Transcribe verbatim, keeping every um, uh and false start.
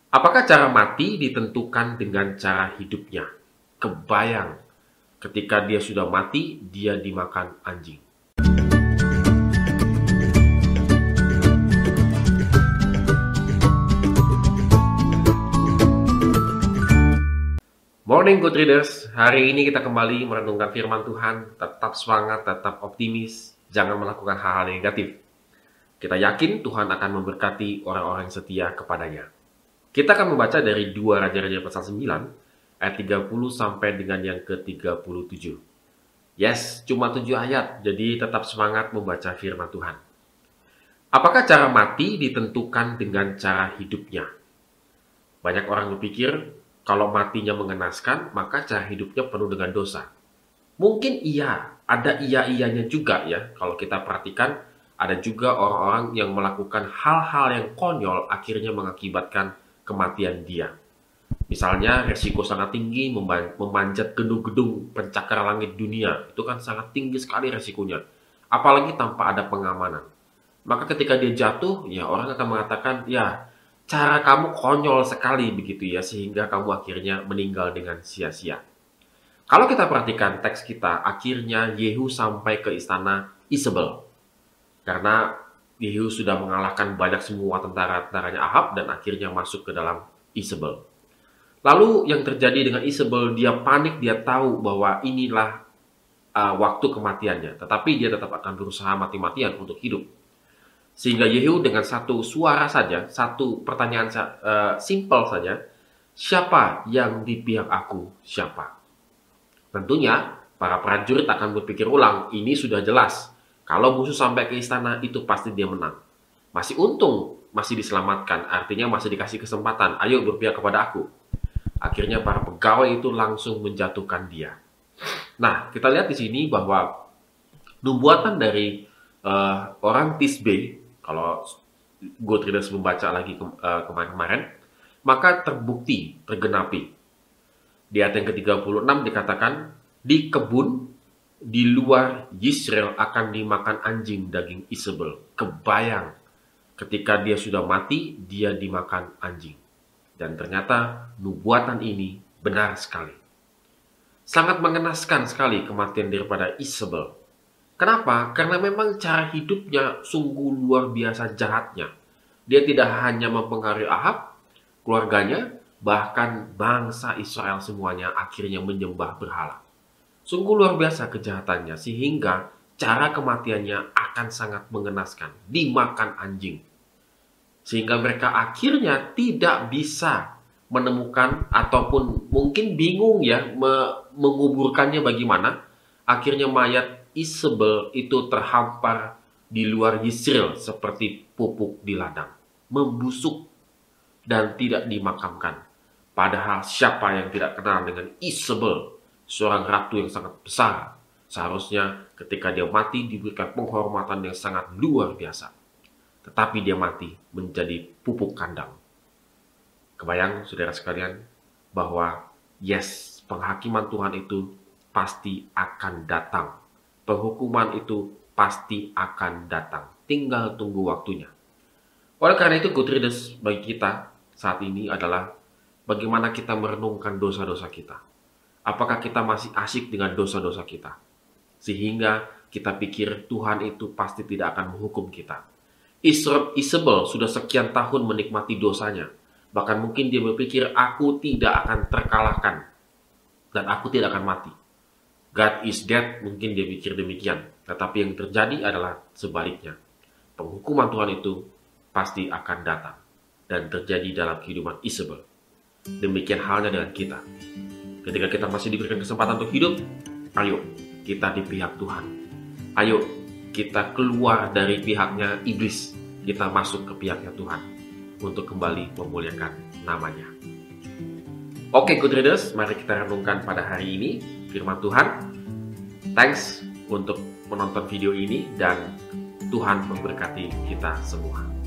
Apakah cara mati ditentukan dengan cara hidupnya? Kebayang, ketika dia sudah mati, dia dimakan anjing. Morning Good Readers, hari ini kita kembali merenungkan firman Tuhan. Tetap semangat, tetap optimis, jangan melakukan hal-hal negatif. Kita yakin Tuhan akan memberkati orang-orang yang setia kepadanya. Kita akan membaca dari dua Raja-Raja pasal sembilan, ayat tiga puluh sampai dengan yang ke tiga puluh tujuh. Yes, cuma tujuh ayat, jadi tetap semangat membaca firman Tuhan. Apakah cara mati ditentukan dengan cara hidupnya? Banyak orang berpikir, kalau matinya mengenaskan, maka cara hidupnya penuh dengan dosa. Mungkin iya, ada iya-iyanya juga ya. Kalau kita perhatikan, ada juga orang-orang yang melakukan hal-hal yang konyol akhirnya mengakibatkan kematian dia. Misalnya, resiko sangat tinggi memanjat gedung-gedung pencakar langit dunia. Itu kan sangat tinggi sekali resikonya. Apalagi tanpa ada pengamanan. Maka ketika dia jatuh, ya orang akan mengatakan, ya, cara kamu konyol sekali begitu ya, sehingga kamu akhirnya meninggal dengan sia-sia. Kalau kita perhatikan teks kita, akhirnya Yehu sampai ke istana Isabel. Karena Yehu sudah mengalahkan banyak semua tentara-tentaranya Ahab dan akhirnya masuk ke dalam Isabel. Lalu yang terjadi dengan Isabel, dia panik, dia tahu bahwa inilah uh, waktu kematiannya. Tetapi dia tetap akan berusaha mati-matian untuk hidup. Sehingga Yehu dengan satu suara saja, satu pertanyaan uh, simpel saja, siapa yang di pihak aku, siapa? Tentunya para prajurit akan berpikir ulang, ini sudah jelas. Kalau musuh sampai ke istana, itu pasti dia menang. Masih untung, masih diselamatkan, artinya masih dikasih kesempatan, ayo berpihak kepada aku. Akhirnya para pegawai itu langsung menjatuhkan dia. Nah, kita lihat di sini bahwa nubuatan dari uh, orang Tisbe, kalau Good Readers membaca lagi ke, uh, kemarin-kemarin, maka terbukti, tergenapi. Di ayat yang ke tiga puluh enam dikatakan, di kebun, di luar Yisrael akan dimakan anjing daging Isabel. Kebayang, ketika dia sudah mati, dia dimakan anjing. Dan ternyata nubuatan ini benar sekali. Sangat mengenaskan sekali kematian daripada Isabel. Kenapa? Karena memang cara hidupnya sungguh luar biasa jahatnya. Dia tidak hanya mempengaruhi Ahab, keluarganya, bahkan bangsa Israel semuanya akhirnya menyembah berhala. Sungguh luar biasa kejahatannya, sehingga cara kematiannya akan sangat mengenaskan, dimakan anjing. Sehingga mereka akhirnya tidak bisa menemukan ataupun mungkin bingung ya me menguburkannya bagaimana. Akhirnya mayat Isabel itu terhampar di luar Yisrael seperti pupuk di ladang, membusuk dan tidak dimakamkan. Padahal siapa yang tidak kenal dengan Isabel, seorang ratu yang sangat besar, seharusnya ketika dia mati diberikan penghormatan yang sangat luar biasa. Tetapi dia mati menjadi pupuk kandang. Kebayang saudara sekalian bahwa yes, penghakiman Tuhan itu pasti akan datang. Penghukuman itu pasti akan datang. Tinggal tunggu waktunya. Oleh karena itu, Good Readers bagi kita saat ini adalah bagaimana kita merenungkan dosa-dosa kita. Apakah kita masih asyik dengan dosa-dosa kita? Sehingga kita pikir Tuhan itu pasti tidak akan menghukum kita. Isabel sudah sekian tahun menikmati dosanya. Bahkan mungkin dia berpikir, aku tidak akan terkalahkan. Dan aku tidak akan mati. God is dead, mungkin dia pikir demikian. Tetapi yang terjadi adalah sebaliknya. Penghukuman Tuhan itu pasti akan datang. Dan terjadi dalam kehidupan Isabel. Demikian halnya dengan kita. Ketika kita masih diberikan kesempatan untuk hidup, ayo kita di pihak Tuhan. Ayo kita keluar dari pihaknya iblis. Kita masuk ke pihaknya Tuhan. Untuk kembali memuliakan namanya. Oke Good Readers, mari kita renungkan pada hari ini firman Tuhan. Thanks untuk menonton video ini dan Tuhan memberkati kita semua.